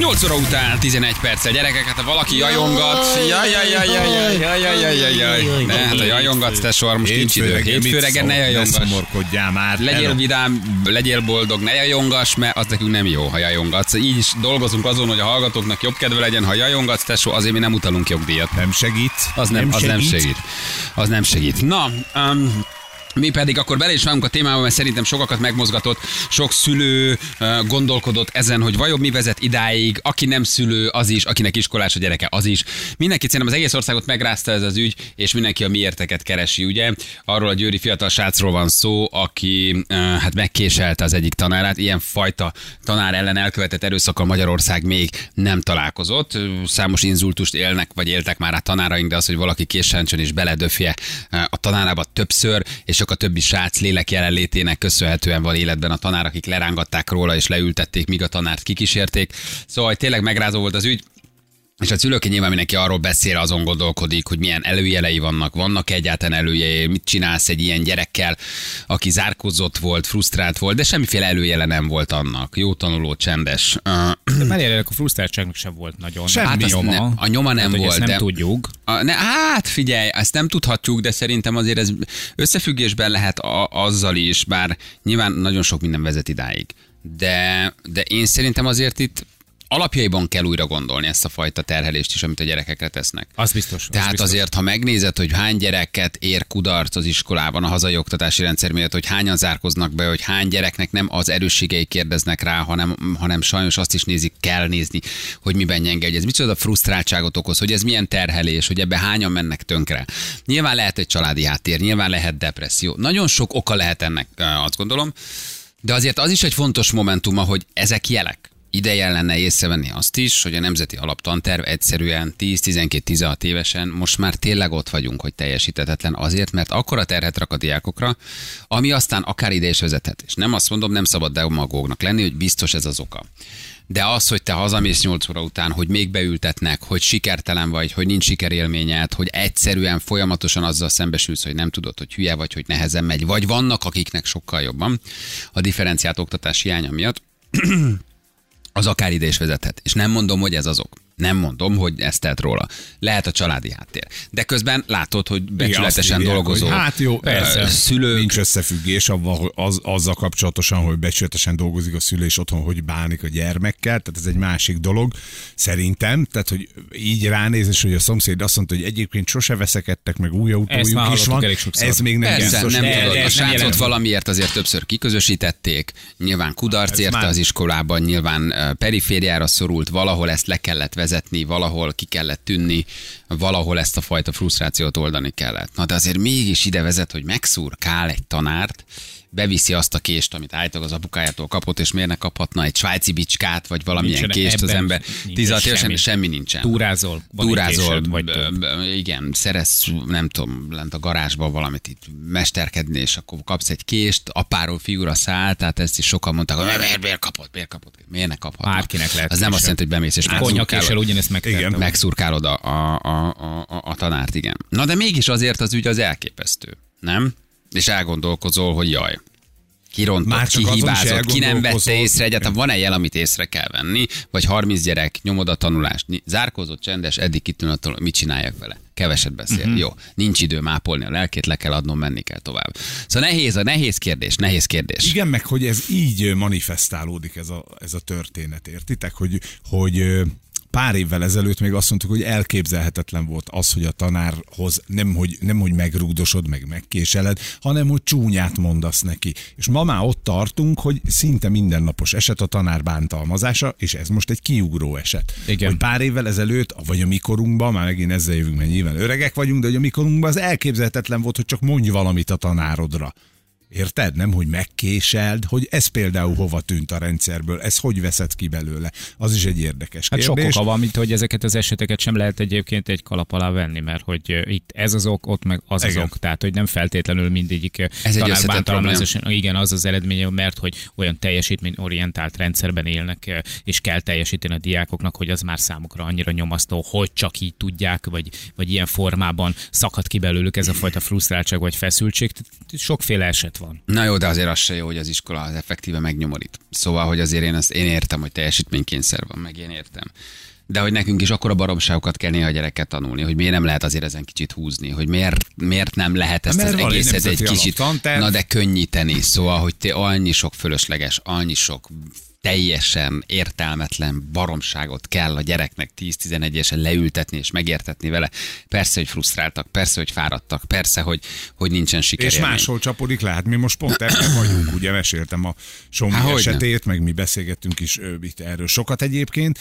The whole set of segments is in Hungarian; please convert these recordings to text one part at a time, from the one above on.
8 óra után 11 perccel, gyerekek, hát ha valaki jajongat, ne, hát a jajongatsz, te sor, most nincs idő. Hétfő reggel ne jajongass. Ne szomorkodjál már. Legyél vidám, legyél boldog, ne jajongass, mert az nekünk nem jó, ha jajongatsz. Így is dolgozunk azon, hogy a hallgatóknak jobb kedve legyen, ha jajongatsz, tesó, azért mi nem utalunk jogdíjat. Nem segít. Az nem segít. Na, mi pedig akkor bele is vágunk a témába, mert szerintem sokakat megmozgatott, sok szülő gondolkodott ezen, hogy vajon mi vezet idáig, aki nem szülő, az is, akinek iskolás a gyereke, az is. Mindenki szerintem az egész országot megrázta ez az ügy, és mindenki a miérteket keresi, ugye? Arról a győri fiatal srácról van szó, aki hát megkéselte az egyik tanárát, ilyen fajta tanár ellen elkövetett erőszakkal Magyarország még nem találkozott. Számos inzultust éltek már a tanáraink, de az, hogy valaki késencsen és beledöfje a tanárába többször, és csak a többi srác lélek jelenlétének köszönhetően van életben a tanár, akik lerángatták róla és leültették, míg a tanárt kikísérték. Szóval tényleg megrázó volt az ügy. És a szülők nyilván mindenki arról beszél, azon gondolkodik, hogy milyen előjelei vannak egyáltalán előjelei, mit csinálsz egy ilyen gyerekkel, aki zárkózott volt, frusztrált volt, de semmiféle előjele nem volt annak. Jó tanuló, csendes. De Máriának a frusztráltságnak sem volt nagyon. Semmi nyoma. A nyoma nem volt. Ezt nem tudjuk. Hát figyelj, ezt nem tudhatjuk, de szerintem azért ez összefüggésben lehet azzal is, bár nyilván nagyon sok minden vezet idáig. De én szerintem azért itt alapjaiban kell újra gondolni ezt a fajta terhelést is, amit a gyerekekre tesznek. Az biztos. Tehát biztos. Azért, ha megnézed, hogy hány gyereket ér kudarc az iskolában, a hazai oktatási rendszer miatt, hogy hányan zárkoznak be, hogy hány gyereknek nem az erősségei kérdeznek rá, hanem sajnos azt is kell nézni, hogy miben gyenge, hogy ez micsoda frusztráltságot okoz, hogy ez milyen terhelés, hogy ebbe hányan mennek tönkre. Nyilván lehet egy családi háttér, nyilván lehet depresszió. Nagyon sok oka lehet ennek, azt gondolom, de azért az is egy fontos momentuma, hogy ezek jelek. Ideje lenne észrevenni azt is, hogy a Nemzeti Alaptanterv egyszerűen 10-12-16 évesen most már tényleg ott vagyunk, hogy teljesíthetetlen azért, mert akkora terhet rak a diákokra, ami aztán akár ide is vezethet. És nem azt mondom, nem szabad demagógnak lenni, hogy biztos ez az oka. De az, hogy te hazamész 8 óra után, hogy még beültetnek, hogy sikertelen vagy, hogy nincs sikerélményed, hogy egyszerűen folyamatosan azzal szembesülsz, hogy nem tudod, hogy hülye vagy, hogy nehezen megy, vagy vannak, akiknek sokkal jobban a differenciált oktatás hiánya miatt, az akár ide is vezethet. És nem mondom, hogy ez az ok. Nem mondom, hogy ezt telt róla. Lehet a családi háttér. De közben látod, hogy becsületesen írják, dolgozó hogy hát jó, szülők. Nincs összefüggés azzal kapcsolatosan, hogy becsületesen dolgozik a szülő, és otthon hogy bánik a gyermekkel. Tehát ez egy másik dolog. Szerintem, tehát hogy így ránézés, hogy a szomszéd azt mondta, hogy egyébként sose veszekedtek, meg új autójuk is van. Ez még nem biztos. Nem tudod. A srácot valamiért azért többször kiközösítették. Nyilván kudarc érte az iskolában, nyilván perifériára szorult, valahol ezt le kellett vezetni, valahol ki kellett tűnni, valahol ezt a fajta frusztrációt oldani kellett. Na de azért mégis ide vezet, hogy megszurkál egy tanárt, beviszi azt a kést, amit állítólag az apukájától kapott, és miért ne kaphatna egy svájci bicskát, vagy valamilyen kést az ember. 16 évesen semmi nincsen. Túrázol, igen, szerez, nem tudom, lent a garázsban valamit itt mesterkedni, és akkor kapsz egy kést, apáról fiúra száll, tehát ezt is sokan mondták, hogy miért kapott, miért ne kaphatna. Bárkinek lehet. Az nem azt jelenti, hogy bemész, és megszurkálod a tanárt, igen. Na de mégis azért az ügy az elképesztő, nem? És elgondolkozol, hogy jaj, kirontott, ki hibázott, ki nem vette észre, egyáltalán van egy jel, amit észre kell venni, vagy 30 gyerek, nyomod a tanulást, zárkózott, csendes, eddig kitűnött, mit csináljak vele? Keveset beszél. Jó, nincs idő mápolni a lelkét, le kell adnom, menni kell tovább. Szóval nehéz kérdés. Igen, meg hogy ez így manifestálódik ez a történet, értitek? Hogy pár évvel ezelőtt még azt mondtuk, hogy elképzelhetetlen volt az, hogy a tanárhoz nem hogy megrúgdosod, meg megkéseled, hanem hogy csúnyát mondasz neki. És ma már ott tartunk, hogy szinte mindennapos eset a tanár bántalmazása, és ez most egy kiugró eset. Igen. Hogy pár évvel ezelőtt, vagy a mikorunkban, már megint ezzel jövünk, mert nyilván öregek vagyunk, de hogy a mikorunkban az elképzelhetetlen volt, hogy csak mondj valamit a tanárodra. Érted? Nem, hogy megkéseld, hogy ez például hova tűnt a rendszerből, ez hogy veszed ki belőle. Az is egy érdekes kérdés. Hát sok oka van, mint hogy ezeket az eseteket sem lehet egyébként egy kalap alá venni, mert hogy itt ez az ok, ott meg az az ok. Tehát, hogy nem feltétlenül mindegyik tanárbántalmazás. Igen, az az eredménye, mert hogy olyan teljesítményorientált rendszerben élnek, és kell teljesíteni a diákoknak, hogy az már számukra annyira nyomasztó, hogy csak így tudják, vagy ilyen formában szakad ki belőlük ez a fajta frusztráltság vagy feszültség. Sokféle eset van. Na jó, de azért az se jó, hogy az iskola az effektíve megnyomorít. Szóval, hogy azért én értem, hogy teljesítménykényszer van, meg én értem. De hogy nekünk is akkora baromságokat kell néha a gyereket tanulni, hogy miért nem lehet azért ezen kicsit húzni, hogy miért nem lehet ezt az egészet egy kicsit, na de könnyíteni. Szóval, hogy te annyi sok fölösleges, annyi sok teljesen értelmetlen baromságot kell a gyereknek 10-11 évesen leültetni és megértetni vele. Persze, hogy frusztráltak, persze, hogy fáradtak, persze, hogy nincsen sikerélmény. És máshol csapodik le. Hát mi most pont ebben vagyunk, ugye meséltem a Somi esetét, meg mi beszélgettünk is itt erről sokat egyébként.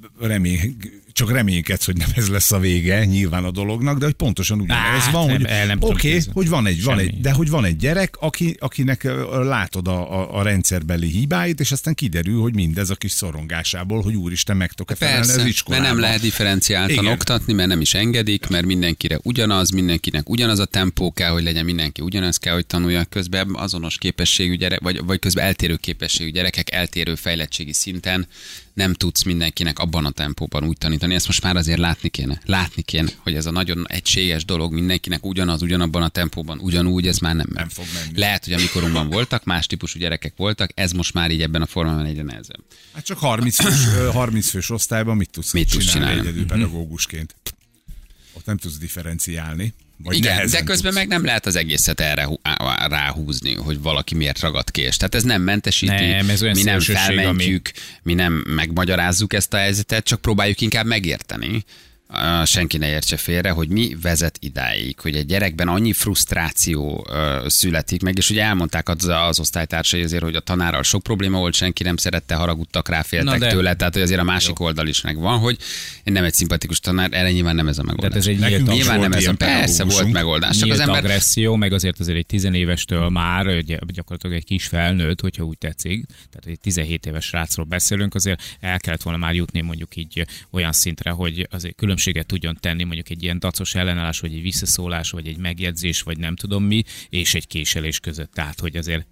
Csak reménykedsz, hogy nem ez lesz a vége nyilván a dolognak, de hogy pontosan ugyanez van, hogy hogy van egy gyerek, akinek látod a rendszerbeli hibáit, és aztán kiderül, hogy mindez a kis szorongásából, hogy úristen, meg tudok felelni az iskolában. Mert nem lehet differenciáltan oktatni, mert nem is engedik, mert mindenkire ugyanaz, mindenkinek ugyanaz a tempó kell, hogy legyen, mindenki ugyanaz kell, hogy tanulja, közben azonos képességű gyerek, vagy közben eltérő képességű gyerekek, eltérő fejlettségi szinten nem tudsz mindenkinek abban a tempóban úgy tanítani. Ezt most már azért látni kéne, hogy ez a nagyon egységes dolog, mindenkinek ugyanabban a tempóban, ugyanúgy, ez már nem fog menni. Lehet, hogy amikorunkban voltak, más típusú gyerekek voltak, ez most már így ebben a formában egyre nehezebb. Hát csak 30 fős osztályban mit tudsz csinálni egyedül pedagógusként? Ott nem tudsz differenciálni. Igen, de közben meg nem lehet az egészet erre ráhúzni, hogy valaki miért ragad kést. Tehát ez nem mentesíti, mi nem felmentjük, mi nem megmagyarázzuk ezt a helyzetet, csak próbáljuk inkább megérteni. Senki ne értse félre, hogy mi vezet idáig, hogy egy gyerekben annyi frusztráció születik meg, és ugye elmondták az osztálytársai azért, hogy a tanárral sok probléma volt, senki nem szerette, haragudtak rá, féltek tőle, tehát hogy azért a másik oldal is megvan, hogy nem egy szimpatikus tanár, erre nyilván nem ez a megoldás. Nyilván nem ez a persze volt megoldás. Csak az ember agresszió, meg azért egy 10 évestől már gyakorlatilag egy kis felnőtt, hogyha úgy tetszik, tehát egy 17 éves srácról beszélünk, azért el kellett volna már jutni mondjuk így olyan szintre, hogy azért különbséget tudjon tenni mondjuk egy ilyen dacos ellenállás, vagy egy visszaszólás, vagy egy megjegyzés, vagy nem tudom mi, és egy késelés között. Tehát, hogy azért...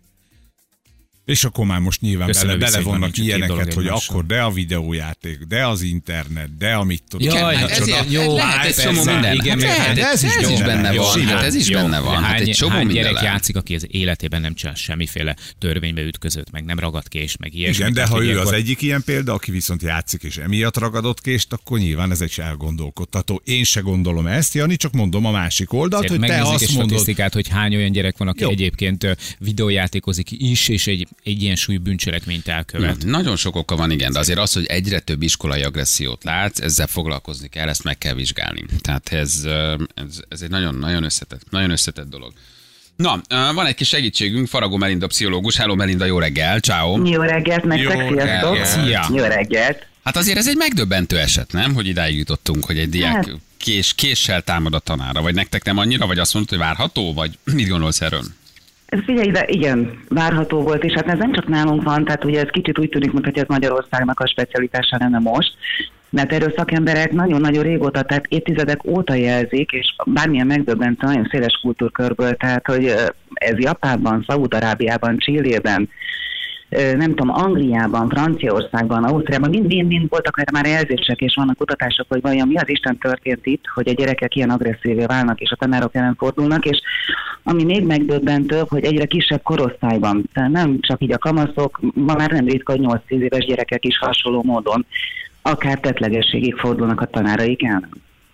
És akkor már most nyilván bele vannak ilyeneket, hogy akkor de a videójáték, de az internet, de amit tudod. Lehet egy csomó minden. Igen, ez is benne van. Hát ez is benne van. Hány gyerek játszik, aki az életében nem csinál semmiféle törvénybe ütközött, meg nem ragad kést, meg ilyesmi. Igen, de ha ő az egyik ilyen példa, aki viszont játszik és emiatt ragadott kést, akkor nyilván ez egy elgondolkodtató. Én se gondolom ezt, Jani, csak mondom a másik oldalt, hogy te azt mondod. Statisztikát, hogy hány olyan gyerek van, aki egyébként videójátékozik is, és egy ilyen súly bűncselekményt elkövet. Nagyon sok oka van, igen, de azért az, hogy egyre több iskolai agressziót látsz, ezzel foglalkozni kell, ezt meg kell vizsgálni. Tehát ez egy nagyon összetett dolog. Na, van egy kis segítségünk, Faragó Melinda pszichológus. Hello Melinda, jó reggel, ciao. Jó reggelt, nektek, sziasztok. Jó reggelt. Hát azért ez egy megdöbbentő eset, nem? Hogy idáig jutottunk, hogy egy diák késsel támad a tanára, vagy nektek nem annyira, vagy azt mondod, hogy várható, vagy mit gondolsz erről? Figyelj, de igen, várható volt, és hát ez nem csak nálunk van, tehát ugye ez kicsit úgy tűnik, mintha ez Magyarországnak a specialitása lenne most, mert erről szakemberek nagyon-nagyon régóta, tehát évtizedek óta jelzik, és bármilyen megdöbbentő, nagyon széles kultúrkörből, tehát hogy ez Japánban, Szaúd-Arábiában, Chilében, nem tudom, Angliában, Franciaországban, Ausztriában, mind voltak erre már jelzések, és vannak kutatások, hogy vajon mi az Isten történt itt, hogy a gyerekek ilyen agresszívvé válnak, és a tanárok ellen fordulnak, és ami még megdöbbentőbb, hogy egyre kisebb korosztályban, tehát nem csak így a kamaszok, ma már nem ritka, hogy 8-10 éves gyerekek is hasonló módon akár tettlegességig fordulnak a tanáraik ellen.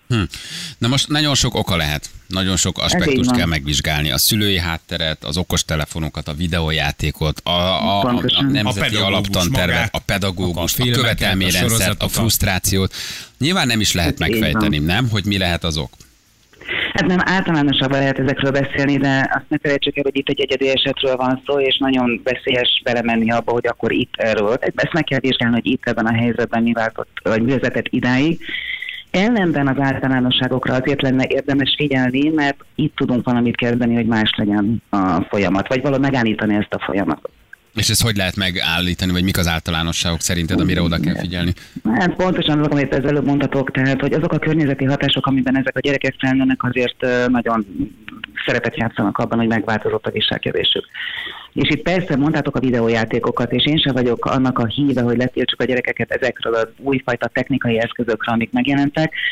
Na most nagyon sok oka lehet, nagyon sok aspektust kell megvizsgálni. A szülői hátteret, az okostelefonokat, a videójátékot, a nemzeti alaptantervet, a pedagógust, a követelményrendszert, a frusztrációt. Nyilván nem is lehet megfejteni, nem? Hogy mi lehet az ok? Hát nem, általánosabban lehet ezekről beszélni, de azt ne felejtsük el, hogy itt egy egyedi esetről van szó, és nagyon veszélyes belemenni abba, hogy akkor itt erről. Ezt meg kell vizsgálni, hogy itt ebben a helyzetben mi váltott, vagy mi vezetett idáig. Ellenben az általánosságokra azért lenne érdemes figyelni, mert itt tudunk valamit kezdeni, hogy más legyen a folyamat, vagy valahogy megállítani ezt a folyamatot. És ezt hogy lehet megállítani, vagy mik az általánosságok szerinted, amire oda kell figyelni? Hát pontosan azok, amit az előbb mondhatok, tehát hogy azok a környezeti hatások, amiben ezek a gyerekek felnőnek, azért nagyon szerepet játszanak abban, hogy megváltozott a viselkedésük. És itt persze mondtátok a videójátékokat, és én sem vagyok annak a híve, hogy letiltsuk a gyerekeket ezekről az újfajta technikai eszközökről, amik megjelentek,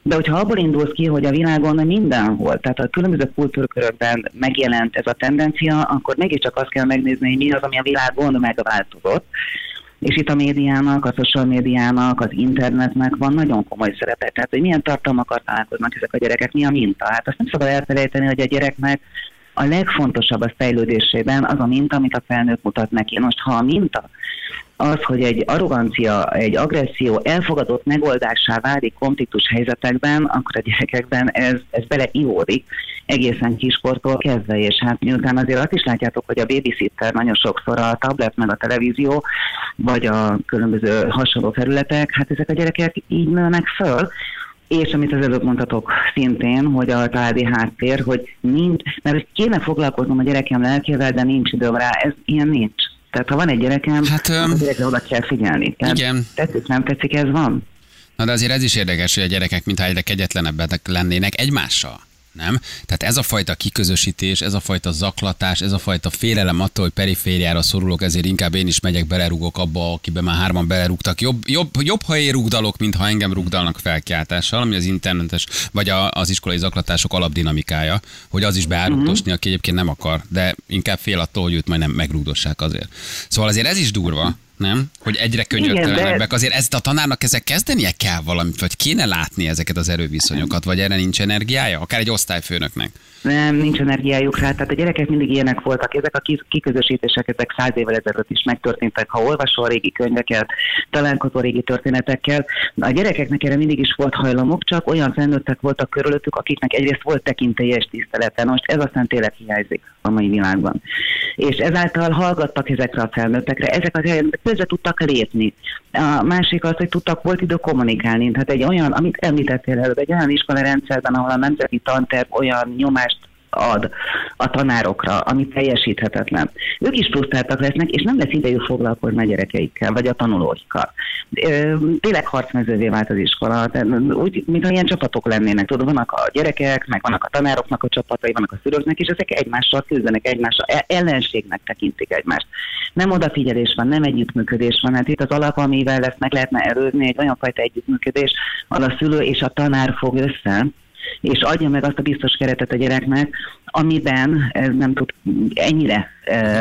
De hogyha abból indulsz ki, hogy a világon mindenhol, tehát a különböző kultúrkörökben megjelent ez a tendencia, akkor mégiscsak azt kell megnézni, hogy mi az, ami a világon megváltozott. És itt a médiának, a social médiának, az internetnek van nagyon komoly szerepe. Tehát, hogy milyen tartalmakkal találkoznak ezek a gyerekek, mi a minta. Hát azt nem szabad elfelejteni, hogy a gyereknek a legfontosabb a fejlődésében az a minta, amit a felnőtt mutat neki. Most, ha a minta az, hogy egy arrogancia, egy agresszió elfogadott megoldássá válik konfliktus helyzetekben, akkor a gyerekekben ez beleivódik egészen kiskortól kezdve, és hát miután azért azt is látjátok, hogy a babysitter nagyon sokszor a tablet, meg a televízió, vagy a különböző hasonló felületek, hát ezek a gyerekek így nőnek föl, és amit az előbb mondhatok szintén, hogy a családi háttér, hogy nincs, mert kéne foglalkoznom a gyerekem lelkével, de nincs időm rá, ez ilyen nincs. Tehát ha van egy gyerekem, a gyerekre oda kell figyelni. Tehát igen. Tetszik, nem tetszik, ez van. Na de azért ez is érdekes, hogy a gyerekek mintha egyre kegyetlenebbek lennének egymással. Nem? Tehát ez a fajta kiközösítés, ez a fajta zaklatás, ez a fajta félelem attól, hogy perifériára szorulok, ezért inkább én is megyek, belerúgok abba, akiben már 3 belerúgtak. Jobb, ha én rúgdalok, mint ha engem rúgdalnak felkiáltással, ami az internetes, vagy az iskolai zaklatások alapdinamikája, hogy az is beárugdosni, aki egyébként nem akar, de inkább fél attól, hogy őt majd nem megrúgdossák azért. Szóval azért ez is durva. Nem? Hogy egyre könyörtelenebbek. Azért ezt a tanárnak ezzel kezdenie kell valamit, vagy kéne látni ezeket az erőviszonyokat, vagy erre nincs energiája? Akár egy osztályfőnöknek. Nem, nincs energiájuk rá. Tehát a gyerekek mindig ilyenek voltak. Ezek a kiközösítések, ezek 100 évvel ezelőtt is megtörténtek. Ha olvasol régi könyveket, találkozol régi történetekkel, a gyerekeknek erre mindig is volt hajlamok, csak olyan felnőttek voltak körülöttük, akiknek egyrészt volt tekintélye és tisztelete. Most ez aztán tényleg hiányzik a mai világban. És ezáltal hallgattak ezekre a felnőttekre. Ezek a felnőttek közre tudtak lépni. A másik az, hogy volt idő kommunikálni. Tehát egy olyan, amit említettél előbb, egy olyan iskolarendszerben, ahol a nemzeti tanterv olyan nyomást ad a tanárokra, ami teljesíthetetlen. Ők is frusztráltak lesznek, és nem lesz idejük foglalkozni a gyerekeikkel, vagy a tanulóikkal. Tényleg harcmezővé vált az iskola, úgy, mintha ilyen csapatok lennének. Tudod, vannak a gyerekek, meg vannak a tanároknak a csapatai, vannak a szülőknek, és ezek egymással küzdenek, egymással ellenségnek tekintik egymást. Nem odafigyelés van, nem együttműködés van. Hát itt az alap, amivel ezt meg lehetne előzni, egy olyan fajta együttműködés, ahol a szülő és a tanár fog össze, és adja meg azt a biztos keretet a gyereknek, amiben ez nem tud ennyire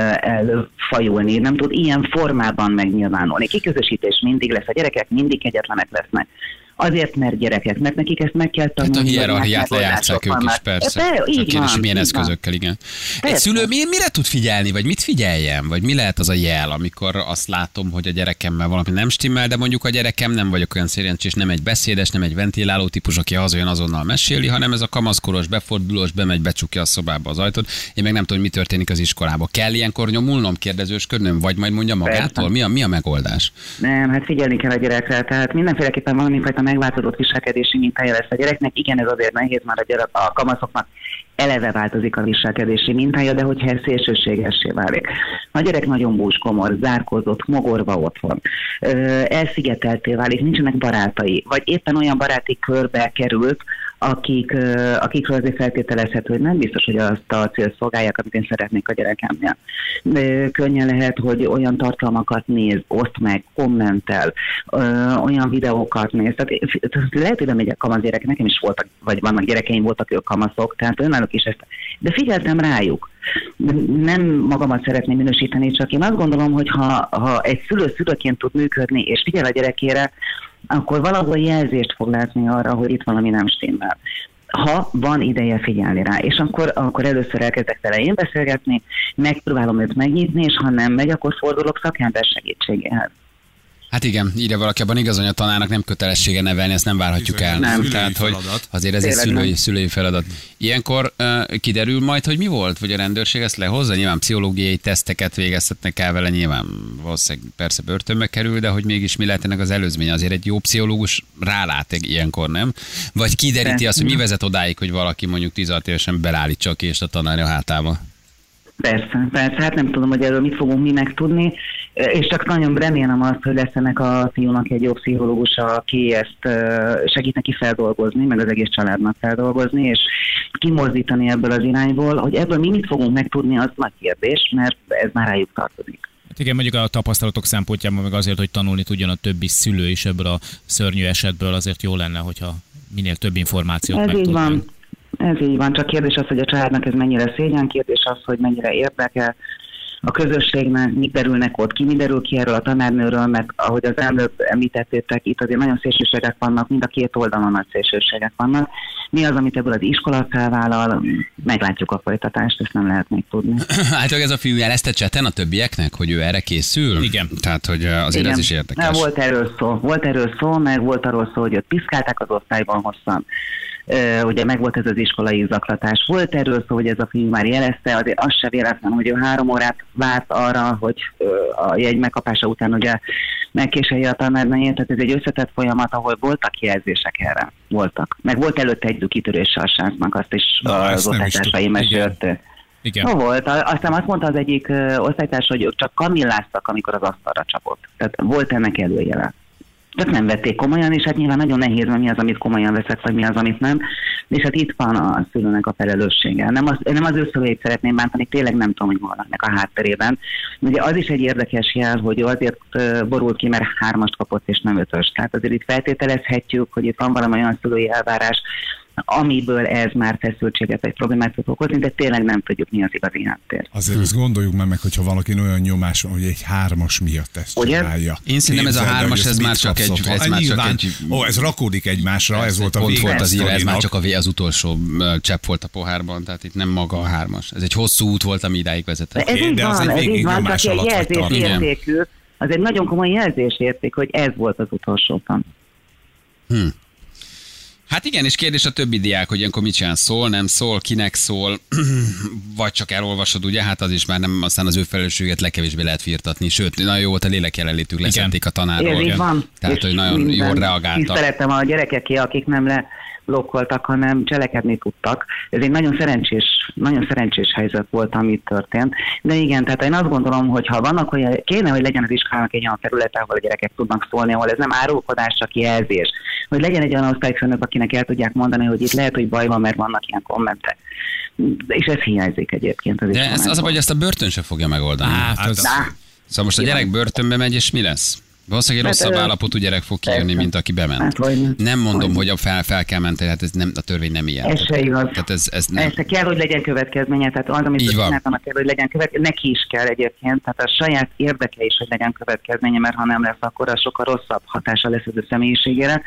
elfajulni, nem tud ilyen formában megnyilvánulni. Kiközösítés mindig lesz, a gyerekek mindig kegyetlenek lesznek. Azért, mert gyerekek, mert nekik ezt meg kell tanulni. Hát a hierarchiát lejátszák ők is, persze. De, csak kérdés, milyen eszközökkel, igen. Egy szülő mire tud figyelni, vagy mit figyeljen? Vagy mi lehet az a jel, amikor azt látom, hogy a gyerekemmel valami nem stimmel, de mondjuk a gyerekem nem vagyok olyan szerencsés, nem egy beszédes, nem egy ventiláló típus, aki hazajön azonnal meséli, hanem ez a kamaszkoros, befordulós, bemegy, becsukja a szobába az ajtót. Én meg nem tudom, mi történik az iskolába. Kell ilyenkor nyomulnom, kérdezősködnöm, vagy majd mondja magától? Mi a megoldás? Nem, hát figyelni kell a gyerekre, tehát mindenféleképpen valamifajta megváltozott viselkedési mintája lesz a gyereknek. Igen, ez azért nehéz, mert a kamaszoknak eleve változik a viselkedési mintája, de hogyha ez szélsőségessé válik. A gyerek nagyon búskomor, zárkózott, mogorva otthon, elszigetelté válik, nincsenek barátai, vagy éppen olyan baráti körbe került, akikről azért feltételezhető, hogy nem biztos, hogy azt a célt szolgálják, amit én szeretnék a gyerekemnél. Könnyen lehet, hogy olyan tartalmakat néz, oszt meg, kommentel, olyan videókat néz. Tehát lehet, hogy nem egy kamasz gyerek, nekem is voltak, vagy vannak gyerekeim, voltak ők kamaszok, tehát önállók is ezt. De figyeltem rájuk. Nem magamat szeretném minősíteni, csak én azt gondolom, hogy ha egy szülő szülőként tud működni, és figyel a gyerekére, akkor valahol jelzést fog látni arra, hogy itt valami nem stimmel. Ha van ideje figyelni rá, és akkor először elkezdek vele én beszélgetni, megpróbálom őt megnyitni, és ha nem megy, akkor fordulok szakember segítségéhez. Hát igen, írja valaki, abban igaz, hogy a tanárnak nem kötelessége nevelni, ezt nem várhatjuk el. Nem. Tehát, hogy azért ez egy szülői feladat. Ilyenkor kiderül majd, hogy mi volt, vagy a rendőrség ezt lehozza? Nyilván pszichológiai teszteket végeztetnek el vele, nyilván valószínűleg persze börtönbe kerül, de hogy mégis mi lehet ennek az előzménye? Azért egy jó pszichológus rálát ilyenkor, nem? Vagy kideríti azt, hogy mi vezet odáig, hogy valaki mondjuk 16 évesen belállítsa a kést a tanárja hátába? Persze, hát nem tudom, hogy erről mit fogunk mi megtudni, és csak nagyon remélem azt, hogy lesz ennek a fiúnak egy jó pszichológus, aki ezt segít neki feldolgozni, meg az egész családnak feldolgozni, és kimozdítani ebből az irányból, hogy ebből mi mit fogunk megtudni, az nagy kérdés, mert ez már rájuk tartozik. Igen, mondjuk a tapasztalatok szempontjából meg azért, hogy tanulni tudjon a többi szülő is ebből a szörnyű esetből, azért jó lenne, hogyha minél több információt Ez így van. Ez így van, csak kérdés az, hogy a családnak ez mennyire szégyen, kérdés az, hogy mennyire érdekel a közösségnek, mik derülnek ott ki, mi derül ki erről a tanárnőről, mert ahogy az előbb említettétek, itt azért nagyon szélsőségek vannak, mind a két oldalon nagy szélsőségek vannak. Mi az, amit ebből az iskola felvállal, meglátjuk a folytatást, ezt nem lehet még tudni. Hát ez a fiú jelezte cseten a többiek, hogy ő erre készül? Igen. Tehát, hogy azért ez is érdekes. Volt erről szó, meg volt arról szó, hogy őt piszkálták az osztályban hosszan. Ugye megvolt ez az iskolai zaklatás. Volt erről szó, hogy ez a fiú már jelezte, azért az se véletlen, hogy ő 3 órát várt arra, hogy a jegy megkapása után ugye megkéselje a tanárnőjét, tehát ez egy összetett folyamat, ahol voltak jelzések erre. Voltak. Meg volt előtte egy kitörése a sáncnak, azt is az osztálytársai mesélte. Igen. Volt. Aztán azt mondta az egyik osztálytárs, hogy ők csak kamilláztak, amikor az asztalra csapott. Tehát volt ennek előjele. Csak nem vették komolyan, és hát nyilván nagyon nehéz, mert mi az, amit komolyan veszek, vagy mi az, amit nem. És hát itt van a szülőnek a felelőssége. Nem az ő szülőjét szeretném bántani, tényleg nem tudom, hogy volna a hátterében. Ugye az is egy érdekes jel, hogy ő azért borult ki, mert 3-ast kapott, és nem 5-öst. Tehát azért itt feltételezhetjük, hogy itt van valami olyan szülői elvárás, amiből ez már feszültséget vagy problémát tud okozni, de tényleg nem tudjuk, mi az igazi háttér. Azért ezt gondoljuk meg, hogyha valakin olyan nyomás van, hogy egy 3-as miatt ezt csinálja. Én szerintem ez a 3-as, ez már csak egy... ez rakódik egymásra, ez volt a vége. Volt az éve, ez már csak az utolsó csepp volt a pohárban, tehát itt nem maga a 3-as. Ez egy hosszú út volt, ami idáig vezetett. Ez így van, csak egy jelzésértékű, az egy nagyon komoly jelzésérték, hogy ez volt az utolsó tan. Hát igen, és kérdés a többi diák, hogy ilyenkor mit csinál, szól, nem szól, kinek szól, vagy csak elolvasod, ugye, hát az is már nem, aztán az ő felelősséget legkevésbé lehet firtatni, sőt, nagyon jó volt a lélek jelenlétük, leszették a tanárról. Tehát, hogy nagyon jól reagáltak. Tiszteletem a gyerekeké, akik nem blokkoltak, hanem cselekedni tudtak. Ez egy nagyon szerencsés helyzet volt, amit történt. De igen, tehát én azt gondolom, hogy ha vannak olyan, kéne, hogy legyen az iskolának egy olyan terület, ahol a gyerekek tudnak szólni, ahol ez nem árulkodás, csak jelzés. Hogy legyen egy olyan osztályfőnök, akinek el tudják mondani, hogy itt lehet, hogy baj van, mert vannak ilyen kommentek. És ez hiányzik egyébként. De ez az a baj, hogy ezt a börtön se fogja megoldani. Szóval most a gyerek börtönbe megy, és mi lesz? Valószínűleg egy rosszabb állapotú gyerek fog kijönni, mint aki bement. Hát, nem mondom, hogy fel kell menteni, hát ez nem, a törvény nem ilyen. Ez se igaz. Tehát ez nem. Ez kell, hogy legyen következménye, tehát az, amit csináltam, kell, hogy legyen következménye, neki is kell egyébként, tehát a saját érdeke is, hogy legyen következménye, mert ha nem lesz, akkor az sokkal rosszabb hatása lesz az ő személyiségére.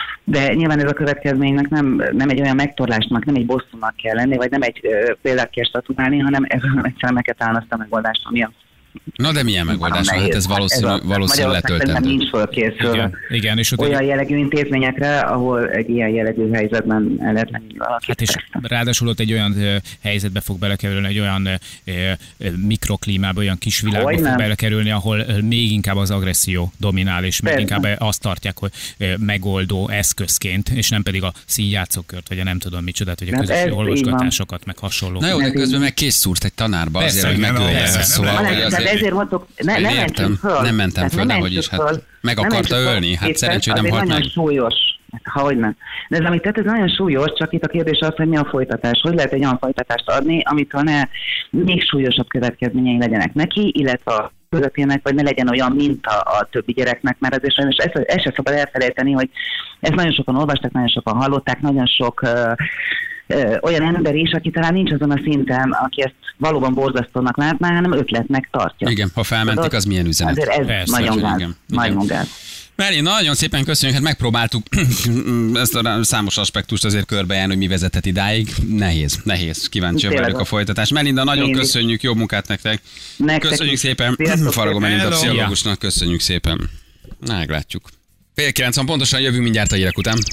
De nyilván ez a következménynek nem egy olyan megtorlásnak, nem egy bosszúnak kell lenni, vagy nem egy példát kell statutálni, hanem egyszerűen meg kell találni azt a megoldást, ami a... Na de milyen megoldás van? Hát ez valószínűleg letöltendő. Nincs fölkészülve igen, és olyan jellegű intézményekre, ahol egy ilyen jellegű helyzetben el lehet lenni valaki. Hát és ráadásul ott egy olyan helyzetbe fog belekerülni, egy olyan mikroklímába, olyan kis világba fog belekerülni, ahol még inkább az agresszió dominál, és még inkább azt tartják, hogy megoldó eszközként, és nem pedig a színjátszókört, vagy a nem tudom micsodát, hogy a közös olvasgatásokat, meg hasonló. Na jó, de közben meg készszúrt egy tanárba azért, hogy megölje. Szóval, ezért mondtuk, nem mentünk föl. Nem mentem föl, de hogy is, hát meg akarta ölni, hát szerencsé, hogy nem halt meg. Nagyon súlyos, hogyne. De ez, amit tett, ez nagyon súlyos, csak itt a kérdés az, hogy mi a folytatás. Hogy lehet egy olyan folytatást adni, amitől ne még súlyosabb következményei legyenek neki, illetve a közöttének, vagy ne legyen olyan minta a többi gyereknek, mert azért ezt se szabad elfelejteni, hogy ezt nagyon sokan olvastak, nagyon sokan hallották, nagyon sok olyan ember is, aki talán nincs azon a szinten, aki ezt valóban borzasztónak látná, hanem ötletnek tartja. Igen, ha felmentik, az milyen üzenet? Azért ez persze, nagyon gáz. Meri, nagyon szépen köszönjük, hát megpróbáltuk ezt a számos aspektust azért körbejárni, hogy mi vezetett idáig. Nehéz. Kíváncsi vagyok a folytatás. Melinda, nagyon köszönjük, jó munkát nektek. Köszönjük szépen, Faragó Melinda pszichológusnak, köszönjük szépen. Meglátjuk. 8:90 pontosan jövünk mindjárt a hírek után.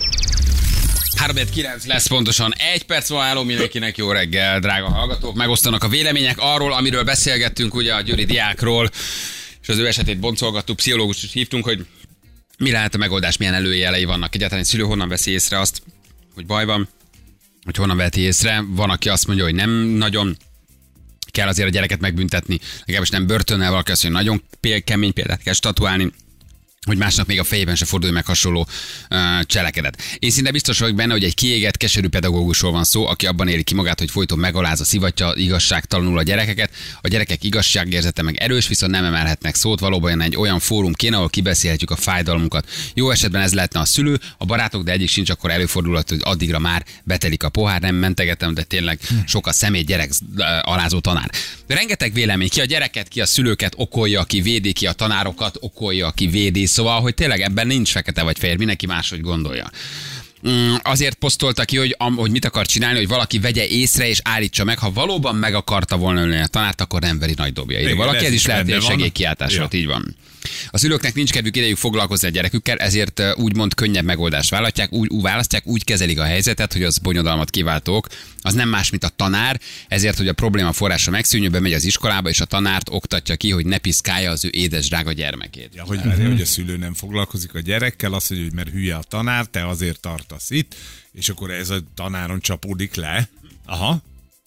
3:09 lesz pontosan. 1 perc van álló, mindenkinek jó reggel, drága hallgatók. Megosztanak a vélemények arról, amiről beszélgettünk, ugye a győri diákról, és az ő esetét boncolgattuk, pszichológust is hívtunk, hogy mi lehet a megoldás, milyen előjelei vannak. Egyáltalán egy szülő honnan veszi észre azt, hogy baj van, hogy honnan veti észre. Van, aki azt mondja, hogy nem nagyon kell azért a gyereket megbüntetni, legalábbis nem börtönnel, valaki azt mondja, hogy nagyon kemény példát kell statuálni. hogy másnak még a fejében se fordulj meg hasonló cselekedet. Én szinte biztos vagyok benne, hogy egy kiégett, keserű pedagógusról van szó, aki abban éli ki magát, hogy folyton megalázza, szivatja igazságtalanul a gyerekeket. A gyerekek igazságérzete meg erős, viszont nem emelhetnek szót. Valóban egy olyan fórum kéne, ahol kibeszélhetjük a fájdalmunkat. Jó esetben ez lehetne a szülő, a barátok, de egyik sincs, akkor előfordulhat, hogy addigra már betelik a pohár, nem mentegetem, de tényleg sok a szemét gyerek alázó tanár. De rengeteg vélemény, ki a gyereket, ki a szülőket okolja, ki védi, ki a tanárokat okolja, ki védi. Szóval, hogy tényleg ebben nincs fekete vagy fehér, mindenki máshogy gondolja. Azért posztolta ki, hogy mit akar csinálni, hogy valaki vegye észre és állítsa meg. Ha valóban meg akarta volna ölni a tanárt, akkor nem veri nagy dobja. Valaki ez is lehet, hogy segélykiáltás volt, így van. A szülőknek nincs kedvük idejük foglalkozni a gyerekükkel, ezért úgymond könnyebb megoldást választják, úgy kezelik a helyzetet, hogy az bonyodalmat kiváltók. Az nem más, mint a tanár, ezért, hogy a probléma forrása megszűnjön, bemegy az iskolába, és a tanárt oktatja ki, hogy ne piszkálja az ő édes drága gyermekét. Ja, hogy hogy a szülő nem foglalkozik a gyerekkel, azt mondja, hogy mert hülye a tanár, te azért tartasz itt, és akkor ez a tanáron csapódik le. Aha.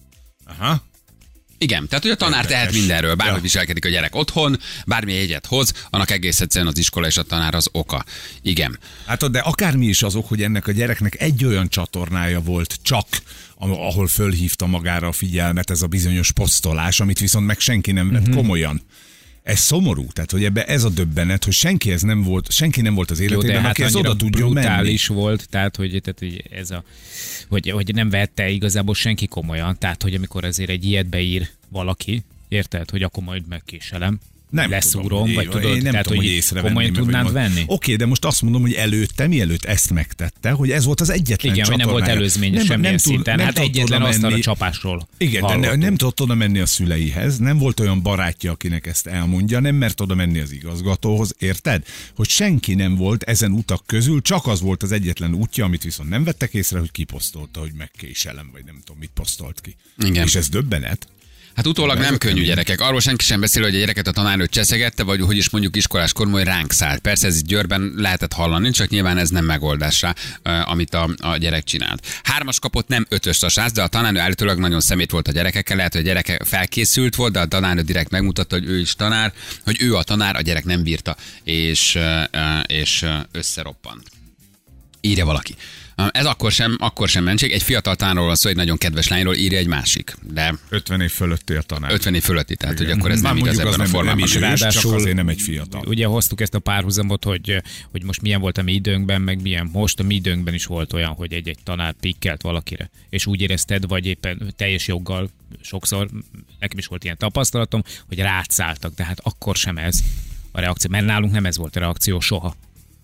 Igen, tehát hogy a tanár tehet mindenről, bárhogy viselkedik a gyerek otthon, bármilyen jegyet hoz, annak egész egyszerűen az iskola és a tanár az oka. Igen. Hát de akármi is az ok, hogy ennek a gyereknek egy olyan csatornája volt csak, ahol fölhívta magára a figyelmet ez a bizonyos posztolás, amit viszont meg senki nem vett komolyan. Ez szomorú, tehát hogy ebbe ez a döbbenet, hogy senki nem volt az életében, hát aki ez oda tudjon menni. Brutális volt, tehát hogy ez hogy nem vette igazából senki komolyan, tehát hogy amikor azért egy ilyet beír valaki, érted, hogy akkor majd megkéselem. Nem leszúrom, vagy tudod, én nem tehát, tudom, hogy komolyan tudnád venni? Oké, de most azt mondom, hogy előtte, mielőtt ezt megtette, hogy ez volt az egyetlen csatornája. Igen, nem volt előzménye semmilyen szinten. Hát egyetlen asztalra csapásról. Igen, de nem tudott oda menni a szüleihez, nem volt olyan barátja, akinek ezt elmondja, nem mert oda menni az igazgatóhoz, érted? Hogy senki nem volt ezen utak közül, csak az volt az egyetlen útja, amit viszont nem vettek észre, hogy kiposztolta, hogy megkéselem, vagy nem tudom, mit posztolt ki. Igen. És ez döbbenet. Hát utólag nem könnyű, gyerekek. Arról senki sem beszél, hogy a gyereket a tanárnő cseszegette, vagy hogy is mondjuk iskolás korban, hogy ránk szállt. Persze ez Győrben lehetett hallani, csak nyilván ez nem megoldásra, amit a gyerek csinált. 3-as kapott, nem 5-ös a sász, de a tanárnő állítólag nagyon szemét volt a gyerekekkel. Lehet, hogy a gyerek felkészült volt, de a tanárnő direkt megmutatta, hogy ő is tanár, hogy ő a tanár, a gyerek nem bírta, és összeroppant. Írja valaki. Ez akkor sem mentség. Egy fiatal tanárról van szó, egy nagyon kedves lányról, írja egy másik. De 50 év fölötti a tanár. 50 év fölötti, tehát hogy akkor ez nem igaz ebben a formában. Csak azért nem egy fiatal. Ugye hoztuk ezt a párhuzamot, hogy most milyen volt a mi időnkben, meg milyen most. A mi időnkben is volt olyan, hogy egy tanár pikkelt valakire. És úgy érezted, vagy éppen teljes joggal sokszor, nekem is volt ilyen tapasztalatom, hogy rátszálltak. Tehát akkor sem ez a reakció. Mert nálunk nem ez volt a reakció soha.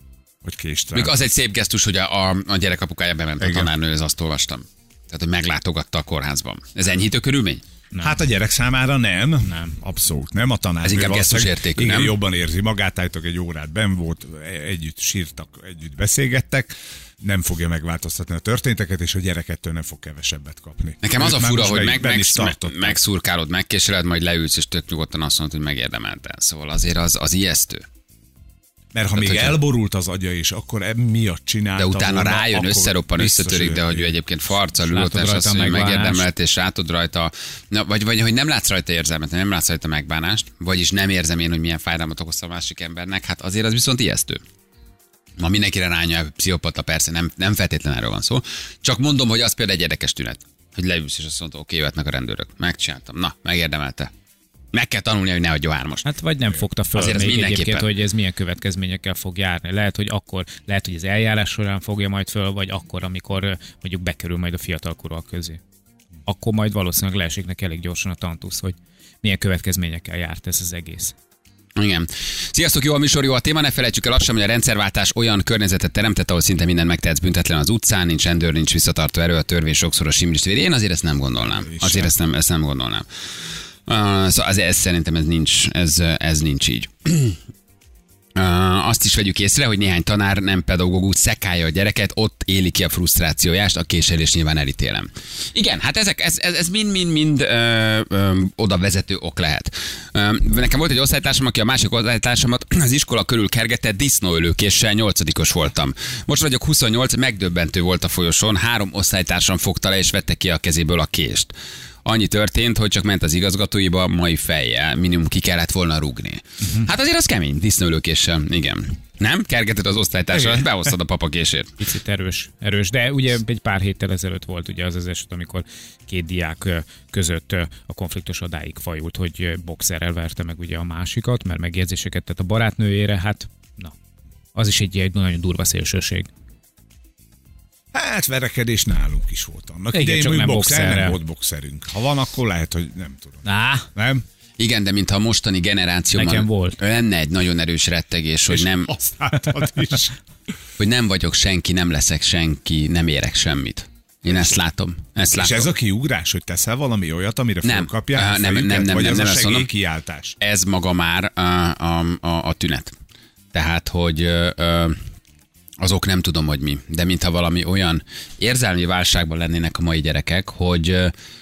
Még az egy szép gesztus, hogy a gyerek apukája bement a tanárnőhöz, azt olvastam. Tehát, hogy meglátogatta a kórházban. Ez enyhítő körülmény? Nem. Hát a gyerek számára nem. Abszolút nem. A tanárnő ez inkább gesztus értékű, nem? Jobban érzi magát, állítok egy órát benn volt, együtt sírtak, együtt beszélgettek, nem fogja megváltoztatni a történteket, és a gyerekettől nem fog kevesebbet kapni. Nekem az a fura, hogy megszurkálod, megkéseled, majd leülsz, és tök nyugodtan azt mondod, hogy megérdemelted. Szóval azért az ijesztő. Mert ha még elborult az agya is, akkor miatt csinálta. De utána rájön, összeroppan, összetörik, de hogy ő egyébként farccal ült, és azt mondja, hogy megérdemelt, és rátod rajta, vagy hogy nem látsz rajta érzelmet, nem látsz rajta megbánást, vagyis nem érzem én, hogy milyen fájdalmat okoz a másik embernek, hát azért az viszont ijesztő. Ma mindenkire rányja, pszichopata, persze, nem feltétlenül erről van szó. Csak mondom, hogy az például egy érdekes tünet, hogy leülsz, és azt mondod, oké, jöhetnek a rendőrök. Megcsináltam, na, megérdemelte. Meg kell tanulni, hogy ne adja 3-ast. Hát vagy nem fogta föl azért még egyébként, hogy ez milyen következményekkel fog járni. Lehet, hogy az eljárás során fogja majd föl, vagy akkor, amikor mondjuk bekerül majd a fiatalkorúak közé. Akkor majd valószínűleg leesik neki elég gyorsan a tantusz, hogy milyen következményekkel járt ez az egész. Igen. Sziasztok, jó a műsor, jó a téma, ne felejtsük el lassan, hogy a rendszerváltás olyan környezetet teremtett, ahol szinte minden megtehetsz büntetlen az utcán, nincs rendőr, nincs visszatartó erő, a törvény sokszor a simlist véri. Én azért ezt nem gondolnám. Ezt nem gondolnám. Szóval ez szerintem ez nincs így. Azt is vegyük észre, hogy néhány tanár, nem pedagógus szekálja a gyereket, ott éli ki a frusztrációját, a késelés nyilván elítélem. Igen, hát ez mind oda vezető ok lehet. Nekem volt egy osztálytársam, aki a másik osztálytársamat az iskola körül kergette disznóölőkéssel, 8-os voltam. Most vagyok 28, megdöbbentő volt a folyosón, 3 osztálytársam fogta le és vette ki a kezéből a kést. Annyi történt, hogy csak ment az igazgatóiba mai fejjel, minimum ki kellett volna rúgni. Hát azért az kemény, disznóölőkéssel, igen. Nem? Kergeted az osztálytársat, behoztad a papakését. Picit erős. De ugye egy pár héttel ezelőtt volt ugye az eset, amikor két diák között a konfliktus odáig fajult, hogy boxerrel verte meg ugye a másikat, mert megjegyzéseket tett a barátnőjére, hát na, az is egy nagyon durva szélsőség. Hát verekedés nálunk is volt annak. Igen, idején csak nem boxerrel. Nem volt boxerünk. Ha van, akkor lehet, hogy nem tudom. Nem? Igen, de mintha a mostani generációban Nekem volt. lenne egy nagyon erős rettegés, hogy nem, Azt látod is. hogy nem vagyok senki, nem leszek senki, nem érek semmit. Én ezt látom. És ez a kiugrás, hogy teszel valami olyat, amire felkapják? Nem, vagy ez a ezt mondom. segélykiáltás? Ez maga már a tünet. Tehát, hogy azok nem tudom, hogy mi, de mintha valami olyan érzelmi válságban lennének a mai gyerekek, hogy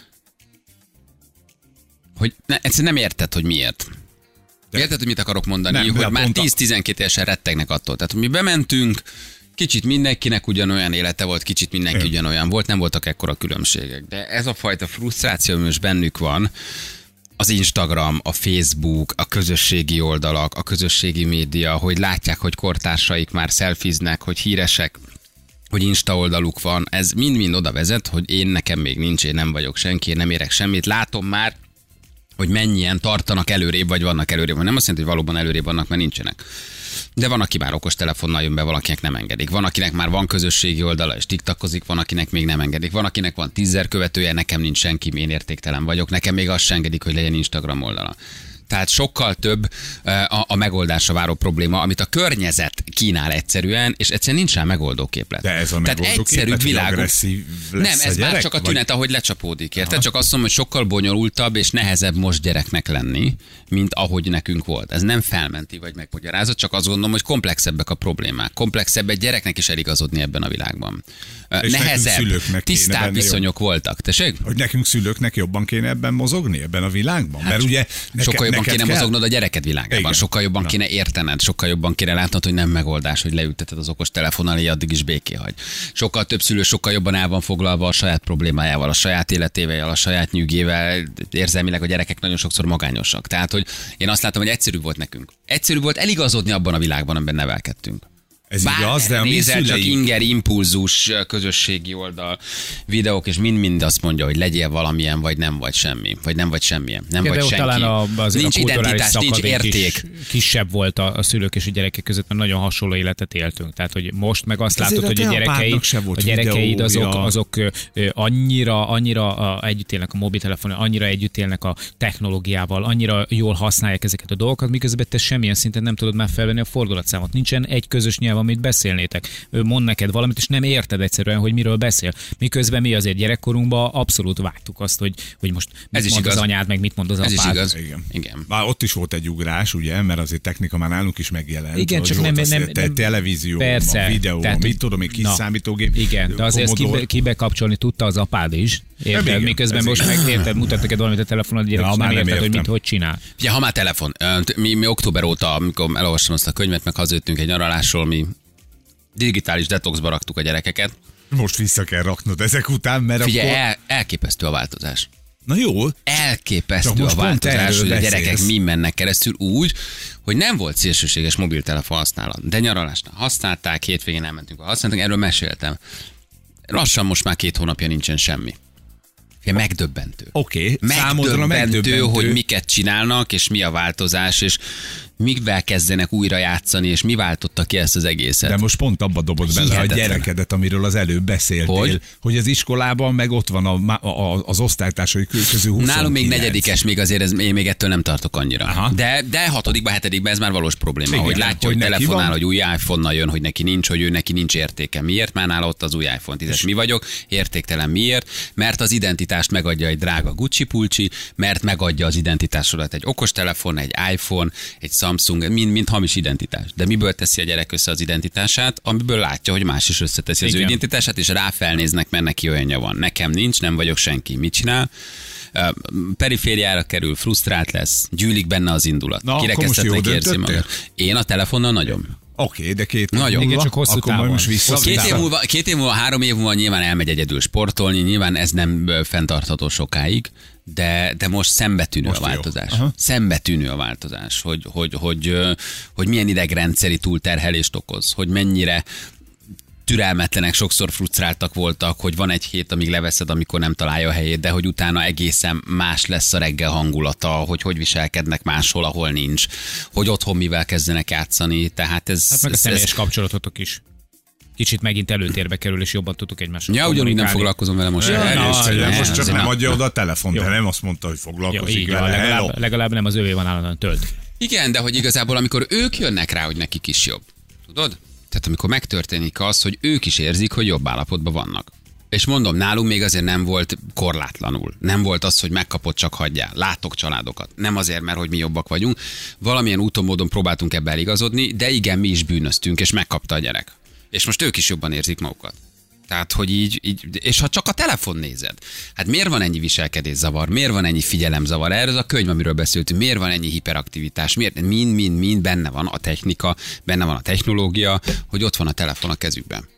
egyszerűen nem érted, hogy miért. Érted, hogy mit akarok mondani? Nem, hogy már 10-12 évesen rettegnek attól. Tehát mi bementünk, kicsit mindenkinek ugyanolyan élete volt, kicsit mindenki ugyanolyan volt, nem voltak ekkora különbségek. De ez a fajta frusztráció, ami most bennük van, az Instagram, a Facebook, a közösségi oldalak, a közösségi média, hogy látják, hogy kortársaik már szelfiznek, hogy híresek, hogy Insta oldaluk van, ez mind-mind oda vezet, hogy nekem még nincs, én nem vagyok senki, én nem érek semmit. Látom már, hogy mennyien tartanak előrébb, vagy vannak előrébb. Nem azt jelenti, hogy valóban előrébb vannak, mert nincsenek. De van, aki már okos telefonnal jön be, valakinek nem engedik. Van, akinek már van közösségi oldala, és tiktakozik, van, akinek még nem engedik. Van, akinek van 10 000 követője, nekem nincs senki, én értéktelen vagyok. Nekem még azt sem engedik, hogy legyen Instagram oldala. Tehát sokkal több a megoldásra váró probléma, amit a környezet kínál egyszerűen, és egyszerűen nincs rá megoldó képlet. De ez a megoldó képlet, hogy agresszív lesz nem, ez már csak a tünet, ahogy lecsapódik. Érted? Csak azt mondom, hogy sokkal bonyolultabb és nehezebb most gyereknek lenni, mint ahogy nekünk volt. Ez nem felmenti vagy megmagyarázott, csak azt gondolom, hogy komplexebbek a problémák. Komplexebb egy gyereknek is eligazodni ebben a világban. Nehezebb, tisztább viszonyok voltak. Tessék? Hogy nekünk szülőknek jobban kéne ebben mozogni, ebben a világban? Mert ugye sokkal jobban kéne mozognod a gyereked világában. Igen. Sokkal jobban kéne értened, sokkal jobban kéne látnod, hogy nem megoldás, hogy leülteted az okos telefonnal, hogy addig is béké hagy. Sokkal több szülő sokkal jobban el van foglalva a saját problémájával, a saját életével, a saját nyűgével. Érzelmileg a gyerekek nagyon sokszor magányosak. Tehát, hogy én azt látom, hogy egyszerű volt nekünk. Egyszerű volt eligazodni abban a világban, amiben nevelkedtünk. Ez igaz, de a mi nézel, csak szüleink... inger, impulzus, közösségi oldal, videók, és mind azt mondja, hogy legyél valamilyen, vagy nem vagy semmi. Vagy nem vagy semmilyen. Nem vagy senki. Talán nincs identitás, nincs érték. Kisebb volt a szülők és a gyerekek között, mert nagyon hasonló életet éltünk. Tehát, hogy most meg azt látod, hogy a gyerekeid azok annyira együtt élnek a mobiltelefonon, annyira együtt élnek a technológiával, annyira jól használják ezeket a dolgokat, miközben te semmilyen szinten nem tudod már felvenni a fordulatszámot. Nincsen egy közös nyelv, amit beszélnétek. Ő mond neked valamit, és nem érted egyszerűen, hogy miről beszél. Miközben mi azért gyerekkorunkban abszolút vágtuk azt, hogy most mit mond az anyád, meg mit mond az apád. Ez is igaz. Igen. Már ott is volt egy ugrás, ugye, mert azért technika már nálunk is megjelent. Igen, csak nem televízió, persze, a videó, tehát, mit tudom, egy kis számítógép. Igen, de azért ezt kibekapcsolni tudta az apád is. Érted? Miközben most megérted, mutat neked valamit a telefonon, a gyerek, és nem érted, hogy hogy csinál. Ja, ha már telefon. Mi október óta, amikor elolvastam azt a könyvet, meg hazajöttünk egy nyaralásról, mi digitális detoxba raktuk a gyerekeket. Most vissza kell raknod ezek után, mert figyelj, akkor... elképesztő a változás. Na jó. Elképesztő a változás, hogy a gyerekek mi mennek keresztül úgy, hogy nem volt szélsőséges mobiltelefon használat. De nyaralásnál használták, hétvégén elmentünk, használtunk, erről meséltem. Lassan most már 2 hónapja nincsen semmi. Megdöbbentő. Oké, megdöbbentő, hogy miket csinálnak, és mi a változás, és mivel kezdenek újra játszani, és mi váltotta ki ezt az egészet. De most pont abba dobod bele a gyerekedet, amiről az előbb beszéltél, hogy az iskolában meg ott van az osztálytársai közül 29. Nálunk még 4-es, még azért én még ettől nem tartok annyira. Aha. De 6-ba, 7-ben ez már valós probléma, igen, hogy látja, hogy telefonál, hogy új iPhone-nal jön, hogy neki nincs, hogy ő neki nincs értéke. Miért? Már nála ott az új iPhone 10-es. Mi vagyok? Értéktelen. Miért? Mert az identitást megadja egy drága Gucci pulcsi, mert megadja az identitásodat egy okostelefon, egy iPhone, egy Samsung, mind hamis identitás. De miből teszi a gyerek össze az identitását? Amiből látja, hogy más is összeteszi az ő identitását, és ráfelnéznek, mert neki olyanja van. Nekem nincs, nem vagyok senki. Mit csinál? Perifériára kerül, frusztrált lesz, gyűlik benne az indulat. Kirekesztetnek érzi magát. Én a telefonnal nagyon. Oké, de 2 év nagyon. múlva, csak hosszú akkor majd most vissza. 2 év múlva, 3 év múlva nyilván elmegy egyedül sportolni, nyilván ez nem fenntartható sokáig, de most szembetűnő a változás. Szembetűnő a változás, hogy milyen idegrendszeri túlterhelést okoz, hogy mennyire türelmetlenek, sokszor frusztráltak voltak, hogy van egy hét, amíg leveszed, amikor nem találja a helyét, de hogy utána egészen más lesz a reggel hangulata, hogy viselkednek máshol, ahol nincs, hogy otthon mivel kezdenek játszani, tehát ez... Hát meg a személyes kapcsolatotok is. Kicsit megint előtérbe kerül, és jobban tudtuk egymással. Ja, ugyanúgy nem foglalkozom vele most. Most csak nem adja oda a telefont, de nem azt mondta, hogy foglalkozik vele. Legalább nem az övé van állandóan tölt. Igen, de hogy igazából amikor ők jönnek rá, hogy nekik is jobb. Tudod? Tehát amikor megtörténik az, hogy ők is érzik, hogy jobb állapotban vannak. És mondom, nálunk még azért nem volt korlátlanul. Nem volt az, hogy megkapod, csak hagyjál. Látok családokat. Nem azért, mert hogy mi jobbak vagyunk. Valamilyen úton, módon próbáltunk ebbe eligazodni, de igen, mi is bűnöztünk, és megkapta a gyerek. És most ők is jobban érzik magukat. Tehát, hogy így, és ha csak a telefon nézed, hát miért van ennyi viselkedészavar, miért van ennyi figyelemzavar, erre az a könyv, amiről beszéltünk, miért van ennyi hiperaktivitás, miért, mind benne van a technika, benne van a technológia, hogy ott van a telefon a kezükben.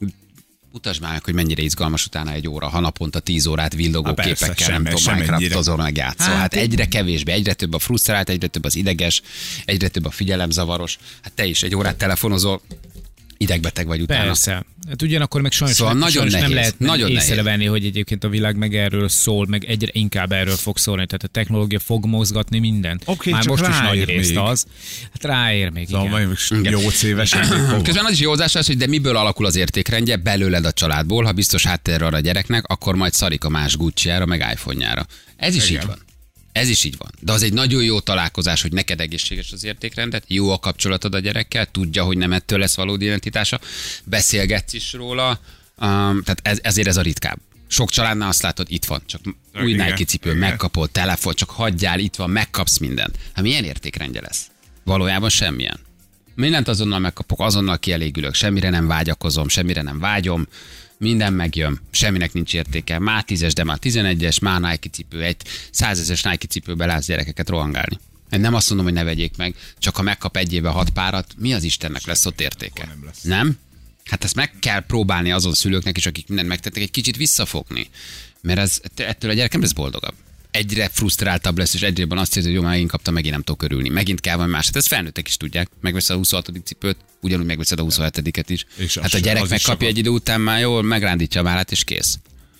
Utasd már meg, hogy mennyire izgalmas utána egy óra, ha naponta 10 órát villogó képekkel, nem tudom, Minecraftozol, meg játszol. Hát egyre kevésbé, egyre több a frusztrált, egyre több az ideges, egyre több a figyelemzavaros. Hát te is egy órát telefonozol, idegbeteg vagy utána. Persze. Hát ugyanakkor meg sajnos, szóval nem lehet észrevenni, hogy egyébként a világ meg erről szól, meg egyre inkább erről fog szólni. Tehát a technológia fog mozgatni mindent. Okay, már most is nagy részt az. Hát ráér még, szóval igen. 8 évesen. Közben az is jó hozzászólás, hogy de miből alakul az értékrendje belőled a családból, ha biztos háttérre a gyereknek, akkor majd szarik a más Gucci-jára, meg iPhone-jára. Ez is így van. Ez is így van. De az egy nagyon jó találkozás, hogy neked egészséges az értékrendet, jó a kapcsolatod a gyerekkel, tudja, hogy nem ettől lesz valódi identitása, beszélgetsz is róla, tehát ezért ez a ritkább. Sok családnál azt látod, itt van, csak új Nike cipő, megkapod, telefon, csak hagyjál, itt van, megkapsz mindent. Hát milyen értékrendje lesz? Valójában semmilyen. Mindent azonnal megkapok, azonnal kielégülök, semmire nem vágyakozom, semmire nem vágyom, minden megjön, semminek nincs értéke. Már 10-es, de már 11-es, már Nike cipő, egy 100 000-es Nike cipőbe látsz gyerekeket rohangálni. Én nem azt mondom, hogy ne vegyék meg, csak ha megkap egy éve 6 párat, mi az Istennek lesz ott értéke? Nem? Hát ezt meg kell próbálni azon szülőknek is, akik mindent megtettek, egy kicsit visszafogni. Mert ettől a gyerekem lesz boldogabb. Egyre frusztráltabb lesz, és egyre jobban azt érzi, hogy jó, megint kaptam, megint nem tudok örülni. Megint kell valami más. Hát ezt felnőttek is tudják. Megveszed a 26. cipőt, ugyanúgy megveszed a 27-et is. És hát a gyerek megkapja egy idő után, már jól megrándítja a vállát, és kész.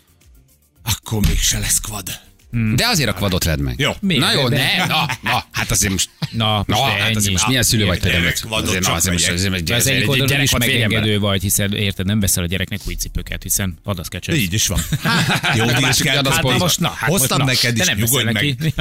Akkor mégse lesz kvad. De azért a kvadot vedd meg. Jó. Na jó, ne, hát azért most... hát azért most milyen szülő vagy te? Az egyik oldalon is megengedő vagy, hiszen érted, nem veszel a gyereknek új cipőket, hiszen adasz kecsőt. Így is van. Jó, is kell. Hoztam neked is, nyugodj meg.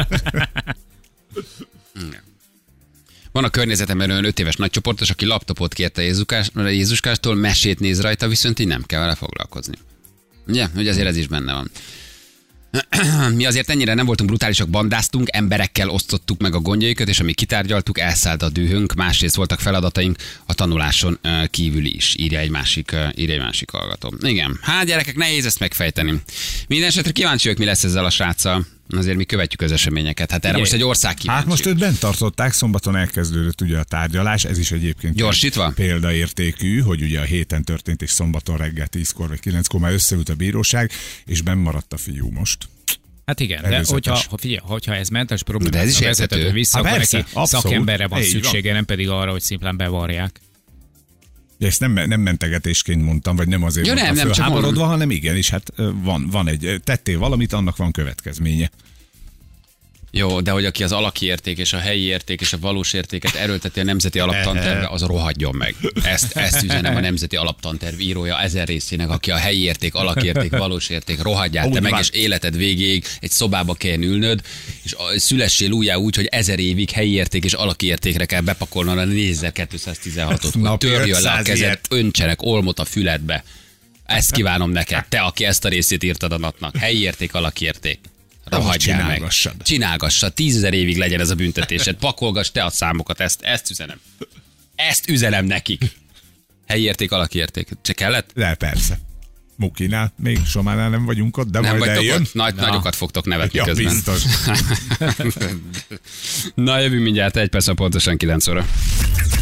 Van a környezetemben olyan 5 éves nagycsoportos, aki laptopot kérte Jézuskástól, mesét néz rajta, viszont így nem kell vele foglalkozni. Ugye, hogy azért ez is benne van. Mi azért ennyire nem voltunk brutálisak, bandáztunk, emberekkel osztottuk meg a gondjaikat, és amíg kitárgyaltuk, elszállt a dühünk, másrészt voltak feladataink a tanuláson kívül is, írja egy másik hallgató. Igen, hát gyerekek, nehéz ezt megfejteni. Mindenesetre kíváncsi vagyok, mi lesz ezzel a sráccal. Azért mi követjük az eseményeket. Hát erre most egy ország kíváncsi. Hát most őt bent tartották, szombaton elkezdődött ugye a tárgyalás, ez is egyébként gyorsítva példaértékű, hogy ugye a héten történt, és szombaton reggel 10-kor vagy 9-kor már összeült a bíróság, és benn maradt a fiú most. Hát igen, előzetes. de hogyha ez mentes problémát vezethető vissza, akkor neki szakemberre van szüksége, nem pedig arra, hogy szimplán bevarják. Ja, ezt nem mentegetésként mondtam, vagy nem azért mondtam nem fölháborodva, hanem igenis, hát van egy, tettél valamit, annak van következménye. Jó, de hogy aki az alaki érték és a helyi érték és a valós értéket erőlteti a nemzeti alaptantervbe, az rohadjon meg. Ezt üzenem a nemzeti alaptanterv írója 1000 részének, aki a helyi érték, alaki érték, valós érték, rohadjál te meg, és életed végéig egy szobába kell ülnöd, és szülessél újjá úgy, hogy 1000 évig helyi érték és alaki értékre kell bepakolnod a 4216-ot. Törjön le a kezed, öntsenek olmot a füledbe. Ezt kívánom neked, te, aki ezt a részét írtad a napnak. Helyi érték, alaki érték. Rohadjál meg. Csinálgassad. 10 000 évig legyen ez a büntetésed. Pakolgass te a számokat, ezt üzenem. Ezt üzenem nekik. Helyi érték, alaki érték. Csak kellett? De persze. Mukinál, még Sománál nem vagyunk ott, de nem majd eljön. Nagyokat fogtok nevetni közben. Biztos. Na, jövünk mindjárt 1 perc, pontosan 9 óra.